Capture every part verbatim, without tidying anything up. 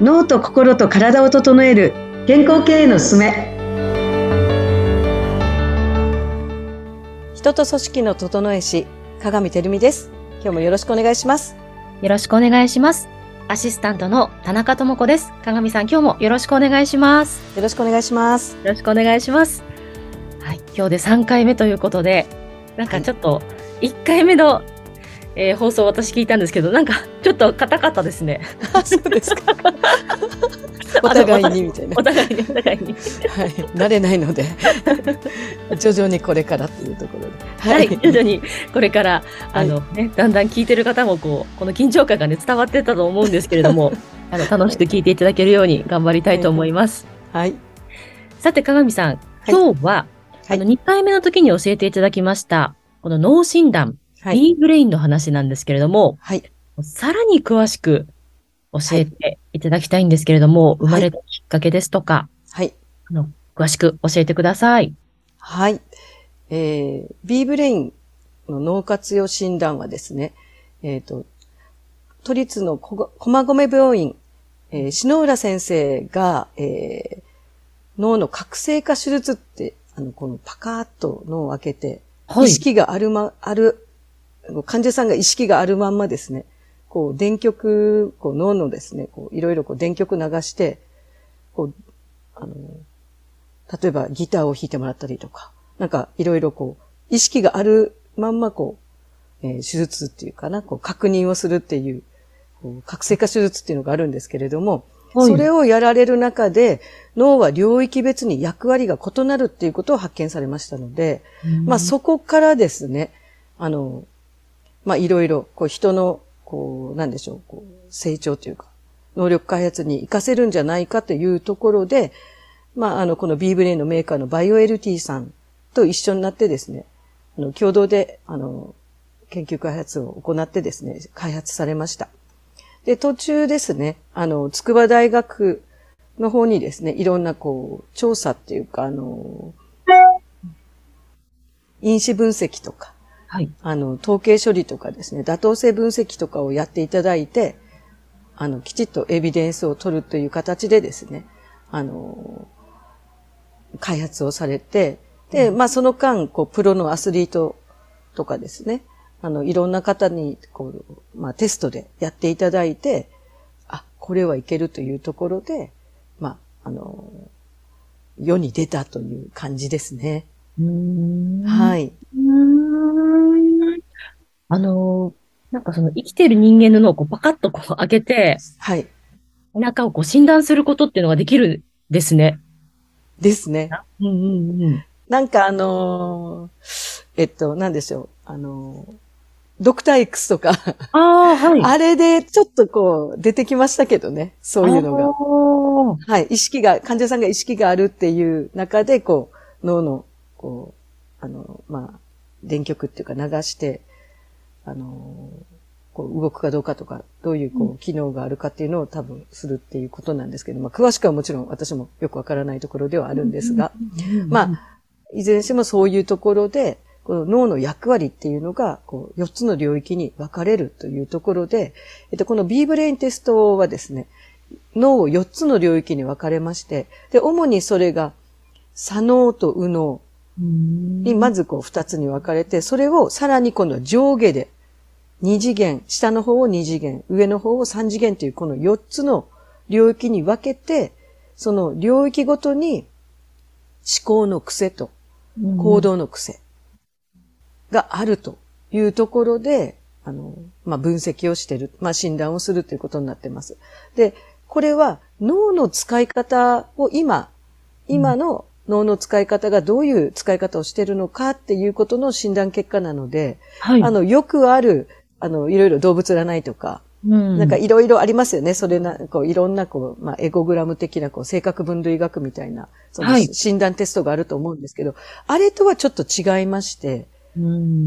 脳と心と体を整える健康経営のすすめ。人と組織の整え師、鏡てるみです。今日もよろしくお願いします。 よろしくお願いします。アシスタントの田中智子です。鏡さん、今日もよろしくお願いします。 よろしくお願いします。 よろしくお願いします。はい、今日でさんかいめということで、なんかちょっといっかいめの、えー、放送を私聞いたんですけど、なんかちょっと硬かったですね。 あ、そうですか。お互いにみたいな。 お互いにお互いに。 はい、慣れないので徐々にこれからというところで、 はい、はい、徐々にこれから、あのね、だんだん聞いてる方もこうこの緊張感がね伝わってたと思うんですけれども、あの楽しく聞いていただけるように頑張りたいと思います。 はい。はい、 さて鏡さん、今日は、はい、あのにかいめの時に教えていただきましたこの脳診断、はい、B ブレインの話なんですけれども、はい、さらに詳しく教えていただきたいんですけれども、はい、生まれたきっかけですとか、はい、あの詳しく教えてください。 はい。えー、B ブレインの脳活用診断はですね、えっと、都立の駒込病院、えー、篠浦先生が、えー、脳の覚醒化手術って、あの、このパカーッと脳を開けて、はい、意識があるま、ある、患者さんが意識があるまんまですね、こう、電極、こう、脳のですね、こう、いろいろこう、電極流して、こう、あの、例えばギターを弾いてもらったりとか、なんか、いろいろこう、意識があるまんまこう、えー、手術っていうかな、こう、確認をするっていう、こう覚醒化手術っていうのがあるんですけれども、はい、それをやられる中で、脳は領域別に役割が異なるっていうことを発見されましたので、まあ、そこからですね、あの、まあ、いろいろ、こう、人の、こう、なんでしょう、こう、成長というか、能力開発に活かせるんじゃないかというところで、まあ、あの、この B ブレインのメーカーのバイオ エルティー さんと一緒になってですね、あの、共同で、あの、研究開発を行ってですね、開発されました。で、途中ですね、あの、筑波大学の方にですね、いろんな、こう、調査っていうか、あの、因子分析とか、はい、あの、統計処理とかですね、妥当性分析とかをやっていただいて、あの、きちっとエビデンスを取るという形でですね、あの、開発をされて、で、まあその間、こう、プロのアスリートとかですね、あの、いろんな方に、こう、まあテストでやっていただいて、あ、これはいけるというところで、まあ、あの、世に出たという感じですね。 うーん、 はい。 うーん、あの、なんかその生きている人間の脳をこうパカッとこう開けて、 はい。 中をこう診断することっていうのができるですね。 ですね。 うんうんうん。 なんかあのー、えっと、なんでしょう。あのー、ドクター X とかああ、はい。 あれでちょっとこう出てきましたけどね。そういうのが。はい。意識が、患者さんが意識があるっていう中で、こう、脳の、こう、あの、まあ、電極っていうか流して、あの、こう動くかどうかとか、どういうこう機能があるかっていうのを多分するっていうことなんですけど、まあ詳しくはもちろん私もよくわからないところではあるんですが、まあ、いずれにしてもそういうところで、この脳の役割っていうのが、こうよっつの領域に分かれるというところで、えっと、この B ブレインテストはですね、脳をよっつの領域に分かれまして、で、主にそれが左脳と右脳にまずこうふたつに分かれて、それをさらに今度は上下で、二次元、下の方を二次元、上の方を三次元というこのよっつの領域に分けて、その領域ごとに思考の癖と行動の癖があるというところで、あの、まあ、分析をしている、まあ、診断をするということになっています。で、これは脳の使い方を今、今の脳の使い方がどういう使い方をしているのかっていうことの診断結果なので、はい、あの、よくあるあの、いろいろ動物占いとか、うん、なんかいろいろありますよね。それな、こう、いろんな、こう、まあ、エゴグラム的な、こう、性格分類学みたいな、その、診断テストがあると思うんですけど、はい、あれとはちょっと違いまして、うん、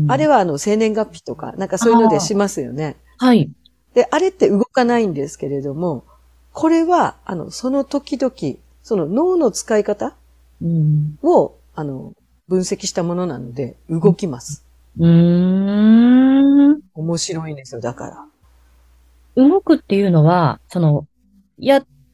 あれは、あの、生年月日とか、なんかそういうのでしますよね。 はい。 で、あれって動かないんですけれども、これは、あの、その時々、その脳の使い方を、うん、あの、分析したものなので、動きます。 うーん。 面白いんですよ、だから。 動くっていうのは、その、やっ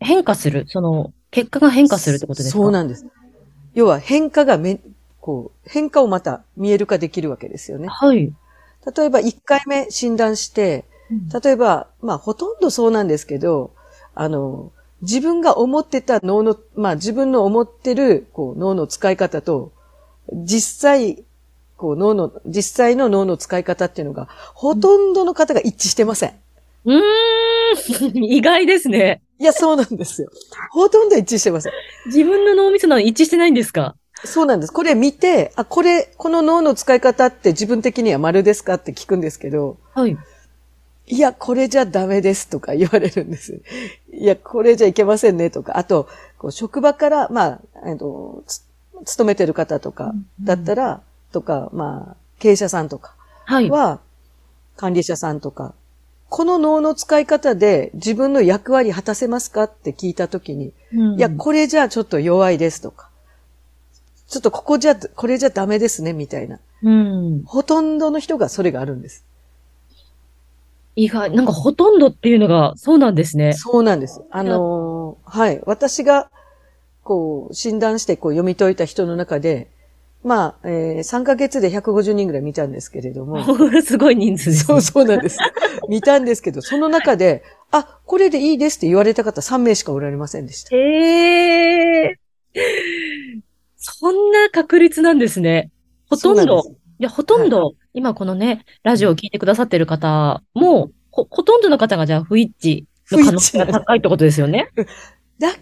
変化する。その、結果が変化するってことですか？ そうなんです。要は変化がめ、こう、変化をまた見える化できるわけですよね。 はい。 例えばいっかいめ診断して、例えば、まあほとんどそうなんですけど、あの、自分が思ってた脳の、まあ自分の思ってるこう脳の使い方と、実際、こう脳の、実際の脳の使い方っていうのが、ほとんどの方が一致してません。 うーん、意外ですね。 いや、そうなんですよ。ほとんど一致してません。 自分の脳みそなのに一致してないんですか？ そうなんです。これ見て、あ、これ、この脳の使い方って自分的には丸ですかって聞くんですけど、 はい。 いや、これじゃダメですとか言われるんです。いや、これじゃいけませんねとか、あと、こう職場から、まあ、えっと、つ勤めてる方とかだったら、とか、まあ、経営者さんとかはい。 は、管理者さんとか、この脳の使い方で自分の役割果たせますかって聞いたときに、 うん、 いや、これじゃちょっと弱いですとか、ちょっとここじゃ、これじゃダメですね、みたいな。 うん。 ほとんどの人がそれがあるんです。 意外、なんかほとんどっていうのがそうなんですね。 そうなんです。あのー、はい。私が、こう、診断してこう読み解いた人の中で、まあ、えー、さんかげつでひゃくごじゅうにんぐらい見たんですけれども。 すごい人数ですそうね。 そうなんです。見たんですけど、その中で、あ、これでいいですって言われた方さんめいしかおられませんでした。 ええー、そんな確率なんですね。ほとんど、 そうなんです。 いや、ほとはい。 んど、今このね、ラジオを聞いてくださってる方も、ほ、ほとんどの方がじゃあ不一致の不可能性が一致なんです。 高いってことですよね。 だから、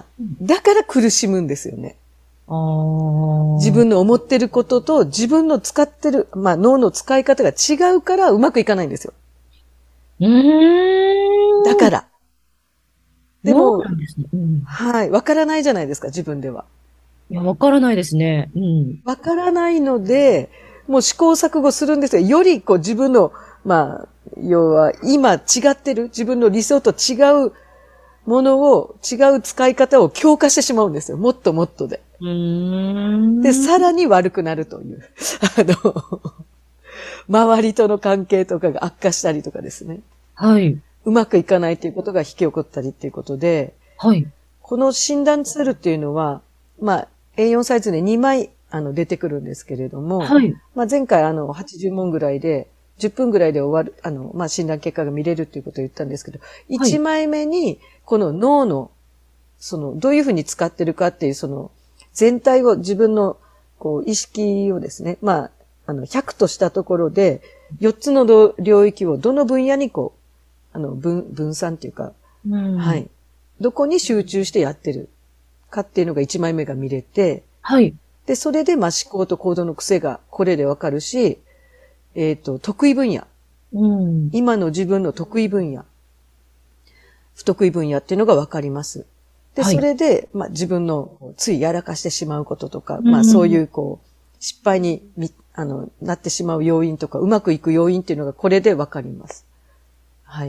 だから苦しむんですよね。 ああ。 自分の思ってることと自分の使ってる、まあ脳の使い方が違うからうまくいかないんですよ。 うーん。 だから。でそうも、 なんですね。うん。 はい。わからないじゃないですか、自分では。 いや、わからないですね。うん。 わからないので、もう試行錯誤するんですよ。よりこう自分の、まあ、要は今違ってる、自分の理想と違うものを、違う使い方を強化してしまうんですよ。もっともっとで。 うで、 ーん。 さらに悪くなるという。あの、周りとの関係とかが悪化したりとかですね。 はい。 うまくいかないということが引き起こったりっていうことで、 はい。 この診断ツールっていうのは、まあ、エーよん サイズでにまいあの出てくるんですけれども、 はい。 まあ、前回あのはちじゅう問ぐらいで、じゅっぷんぐらいで終わる、あの、まあ、診断結果が見れるっていうことを言ったんですけど、 はい。 いちまいめにこの脳の、その、どういうふうに使ってるかっていう、その、全体を自分の、こう、意識をですね、まあ、あの、ひゃくとしたところで、よっつの領域をどの分野にこう、あの、分、分散っていうか、 うん。 はい。どこに集中してやってるかっていうのがいちまいめが見れて、 はい。 で、それで、まあ、思考と行動の癖がこれでわかるし、えっと、得意分野。 うん。 今の自分の得意分野。不得意分野っていうのがわかります。で、 はい。 それで、まあ、自分のついやらかしてしまうこととか、 うまあ、そういん。 う、こう、失敗にみ、あの、なってしまう要因とか、うまくいく要因っていうのがこれでわかります。はい。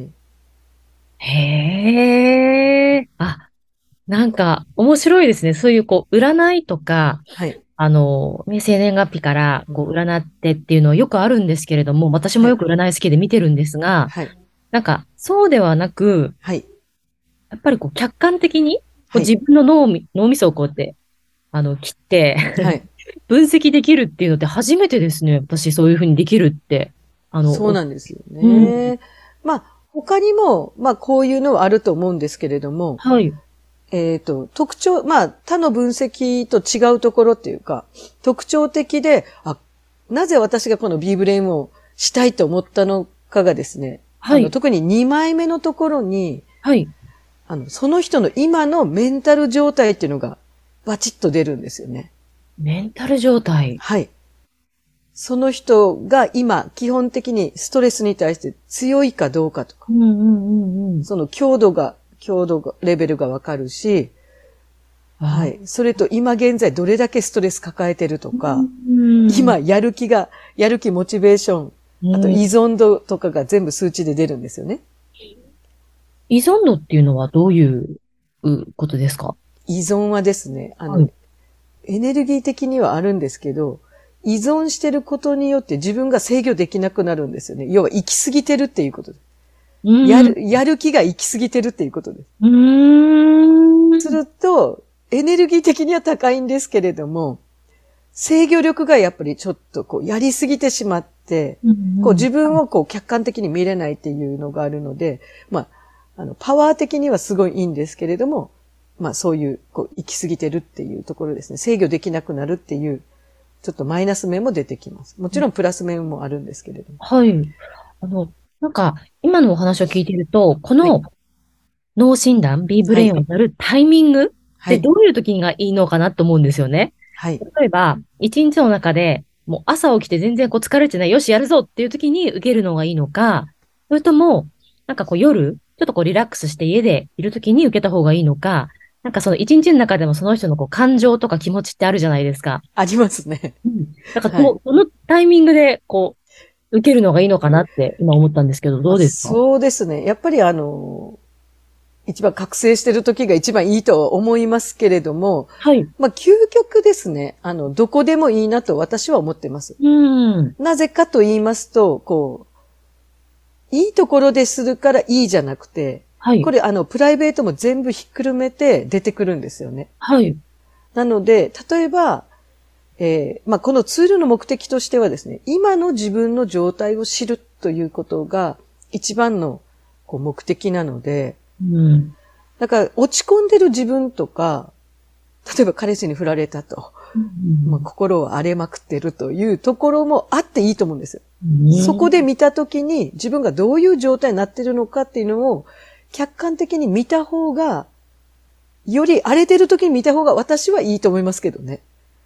へえ。あ、なんか、面白いですね。そういう、こう、占いとか、 はい。 あの、ね、生年月日から、 うん、 こう、占ってっていうのはよくあるんですけれども、私もはい。 よく占い好きで見てるんですが、 はい。 なんか、そうではなく、 はい。 やっぱりこう、客観的に、こう、 はい。 自分の脳み、脳みそをこうやって、あの、切ってはい。 分析できるっていうのって初めてですね。私、そういうふうにできるって。あの、 そうおなんですようん。 ね。まあ、他にも、まあ、こういうのはあると思うんですけれども、 はい。 えっと、特徴、まあ、他の分析と違うところっていうか、特徴的で、あ、なぜ私がこの B ブレインをしたいと思ったのかがですね、あの、 はい。 特ににまいめのところに、 はい。 あの、その人の今のメンタル状態っていうのがバチッと出るんですよね。 メンタル状態。 はい。その人が今、基本的にストレスに対して強いかどうかとか、 うんうんうんうん。 その強度が、強度が、レベルがわかるし、はあ、 い。それと今現在どれだけストレス抱えてるとうか、 ん。 今やる気が、やる気、モチベーション、あと依うん。 存度とかが全部数値で出るんですよね。 依存度っていうのはどういううことですか？ 依存はですね、あの、 はい。 エネルギー的にはあるんですけど、依存してることによって自分が制御できなくなるんですよね。要は行き過ぎてるっていうことです。 やる、やる気が行き過ぎてるっていうことです。 うーん。 すると、エネルギー的には高いんですけれども、制御力がやっぱりちょっとこう、やりすぎてしまって、こう自分をこう、客観的に見れないっていうのがあるので、まあ、あの、パワー的にはすごいいいんですけれども、まあそういう、こう、行き過ぎてるっていうところですね。制御できなくなるっていう、ちょっとマイナス面も出てきます。もちろんプラス面もあるんですけれども。 はい。あの、なんか、今のお話を聞いていると、この脳診断、B ブレインをやるタイミングってどういう時がいいのかなと思うんですよね。 はい。 例えば、一日の中で、もう朝起きて全然こう疲れてない、よし、やるぞっていう時に受けるのがいいのか、それとも、なんかこう夜、ちょっとこうリラックスして家でいる時に受けた方がいいのか、なんかその一日の中でもその人のこう感情とか気持ちってあるじゃないですか。 ありますね。 うん。だからこう、このタイミングでこう、受けるのがいいのかなって今思ったんですけど、どうですか？ そうですね。やっぱりあの、一番覚醒してる時が一番いいと思いますけれども、 はい。 まあ、究極ですね。あの、どこでもいいなと私は思ってます。 うん。 なぜかと言いますと、こう、いいところでするからいいじゃなくて、はい。これあの、プライベートも全部ひっくるめて出てくるんですよね。 はい。 なので、例えば、えー、まあ、このツールの目的としてはですね、今の自分の状態を知るということが一番のこう目的なので、 うん。 だから落ち込んでる自分とか、例えば彼氏に振られたと、うん、まあ、心を荒れまくってるというところもあっていいと思うんですよ。うん、そこで見たときに自分がどういう状態になってるのかっていうのを客観的に見た方が、より荒れてるときに見た方が私はいいと思いますけどね。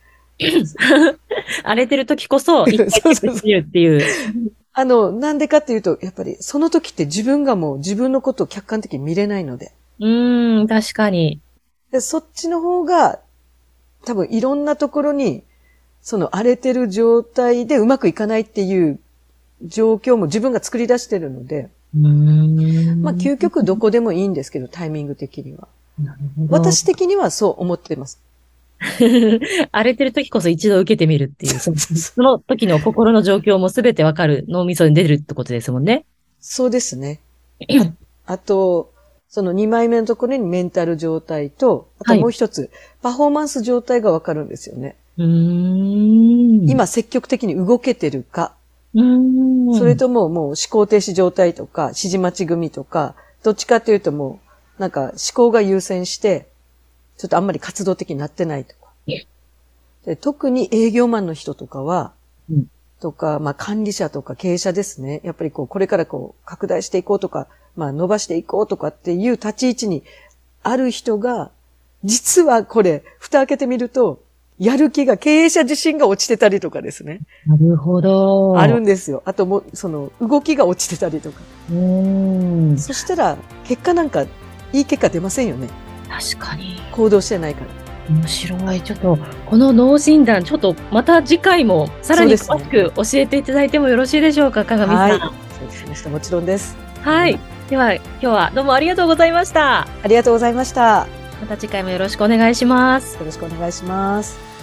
荒れてる時こそ、一回チェックしてるっていう。 あの、なんでかっていうと、やっぱりその時って自分がもう自分のことを客観的に見れないので。 うーん、確かに。 でそっちの方が、多分いろんなところに、その荒れてる状態でうまくいかないっていう状況も自分が作り出してるので、 うーん、 まあ究極どこでもいいんですけど、タイミング的には。なるほど。私的にはそう思ってます。 荒れてる時こそ一度受けてみるっていう、その、その時の心の状況もすべてわかる脳みそに出るってことですもんね。 そうですね。あ, あと、そのにまいめのところにメンタル状態と、あともう一つ、はい、パフォーマンス状態がわかるんですよね。 うーん、 今積極的に動けてるか、 うーん、 それとももう思考停止状態とか、指示待ち組とか、どっちかというともう、なんか思考が優先して、ちょっとあんまり活動的になってないとか。で特に営業マンの人とかは、うん、とか、まあ管理者とか経営者ですね。やっぱりこう、これからこう、拡大していこうとか、まあ伸ばしていこうとかっていう立ち位置にある人が、実はこれ、蓋開けてみると、やる気が、経営者自身が落ちてたりとかですね。 なるほど。 あるんですよ。あとも、その、動きが落ちてたりとか。 うーん。 そしたら、結果なんか、いい結果出ませんよね。 確かに。 行動してないから。 面白い。ちょっと、この脳診断、ちょっとまた次回もさらに詳しく教えていただいてもよろしいでしょうか、鏡さん。 はい。そうしました。もちろんです。 はい。では、今日はどうもありがとうございました。 ありがとうございました。 また次回もよろしくお願いします。 よろしくお願いします。